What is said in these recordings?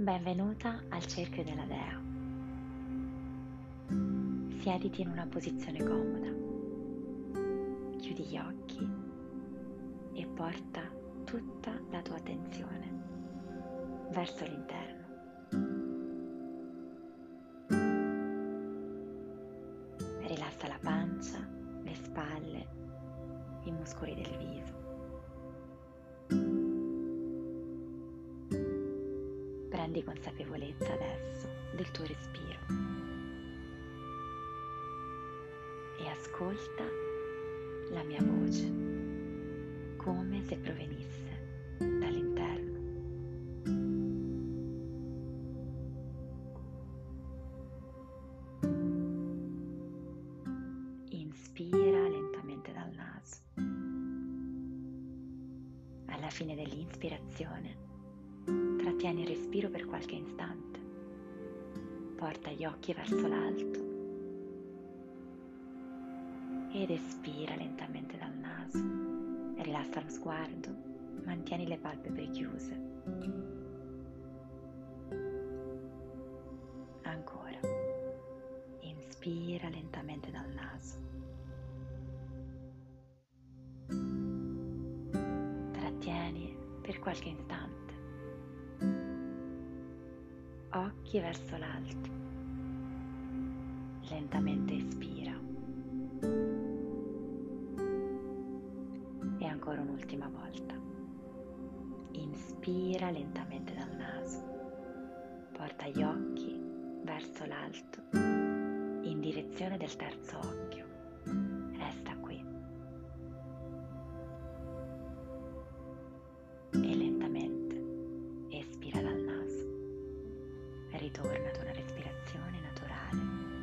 Benvenuta al cerchio della Dea. Siediti in una posizione comoda, chiudi gli occhi e porta tutta la tua attenzione verso l'interno. Rilassa la pancia, le spalle, i muscoli del viso. Prendi consapevolezza adesso del tuo respiro e ascolta la mia voce come se provenisse dall'interno. Inspira lentamente dal naso. Alla fine dell'inspirazione, trattieni il respiro per qualche istante. Porta gli occhi verso l'alto ed espira lentamente dal naso. Rilassa lo sguardo, mantieni le palpebre chiuse. Ancora. Inspira lentamente dal naso. Trattieni per qualche istante. Occhi verso l'alto. Lentamente espira. E ancora un'ultima volta. Inspira lentamente dal naso. Porta gli occhi verso l'alto in direzione del terzo occhio. Resta qui. E lentamente espira dal naso. Ritorna ad una respirazione naturale.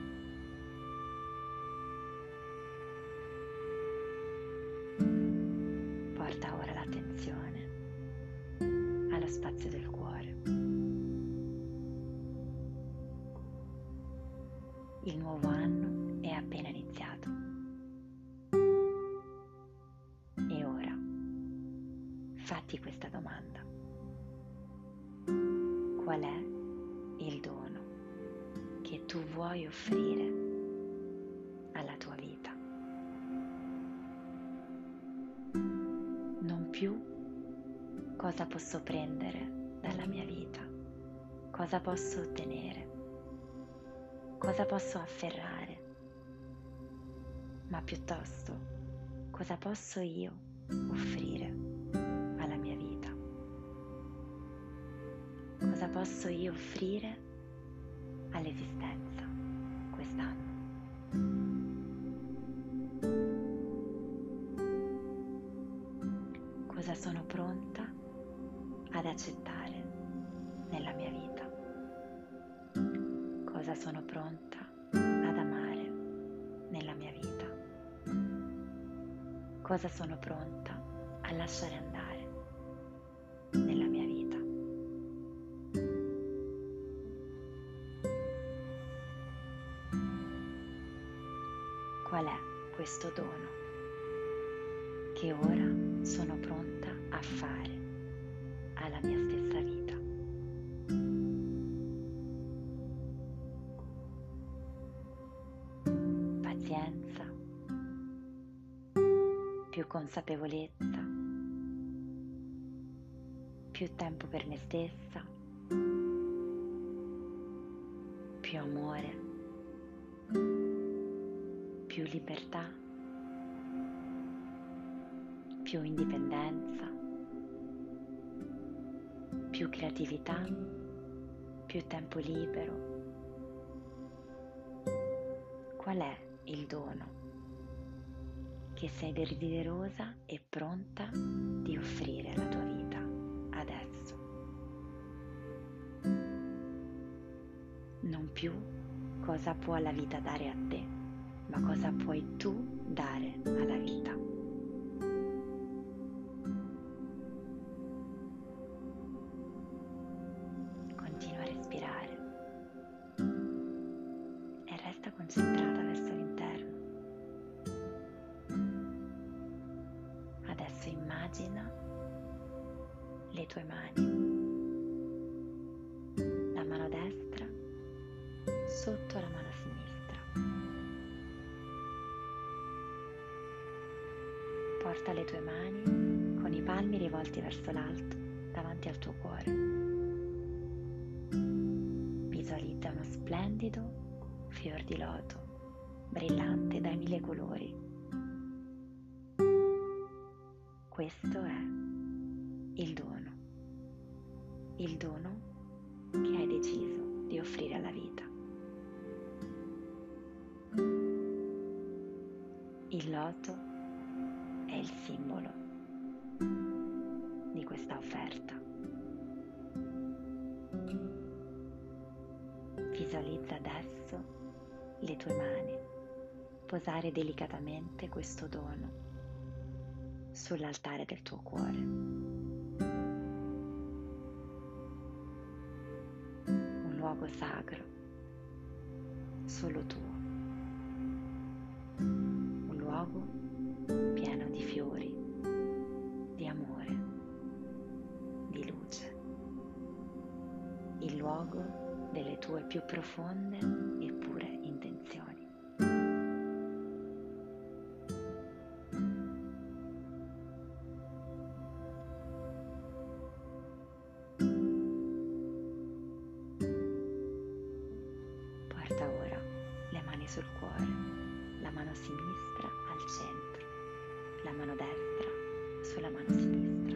Porta ora l'attenzione allo spazio del cuore. Il nuovo anno è appena iniziato. E ora fatti questa domanda. Qual è il dono che tu vuoi offrire alla tua vita? Non più cosa posso prendere dalla mia vita, cosa posso ottenere, cosa posso afferrare, ma piuttosto cosa posso io offrire alla mia vita, cosa posso io offrire all'esistenza quest'anno. Cosa sono pronta ad accettare nella mia vita? Cosa sono pronta ad amare nella mia vita? Cosa sono pronta a lasciare andare nella mia vita? Qual è questo dono che ora sono pronta a fare alla mia stessa vita? Pazienza, più consapevolezza, più tempo per me stessa, più amore, più libertà, più indipendenza, più creatività, più tempo libero. Qual è il dono che sei desiderosa e pronta di offrire alla tua vita adesso? Non più cosa può la vita dare a te, ma cosa puoi tu dare alla vita. Continua a respirare e resta concentrata verso l'interno. Adesso immagina le tue mani sotto la mano sinistra. Porta le tue mani con i palmi rivolti verso l'alto davanti al tuo cuore. Visualizza uno splendido fior di loto, brillante dai 1000 colori. Questo è il dono che hai deciso di offrire alla vita. Il loto è il simbolo di questa offerta. Visualizza adesso le tue mani posare delicatamente questo dono sull'altare del tuo cuore. Un luogo sacro, solo tuo. Un luogo pieno di fiori, di amore, di luce. Il luogo delle tue più profonde e pure intenzioni. Porta ora le mani sul cuore, la mano sinistra al centro, la mano destra sulla mano sinistra.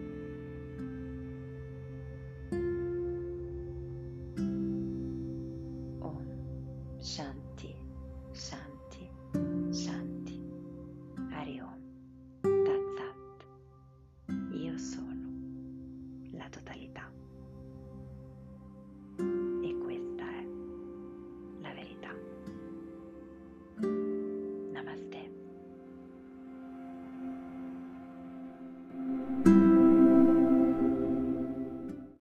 Om Shanti, Shanti, Shanti. Hari Om. Tat Sat. Io sono la totalità.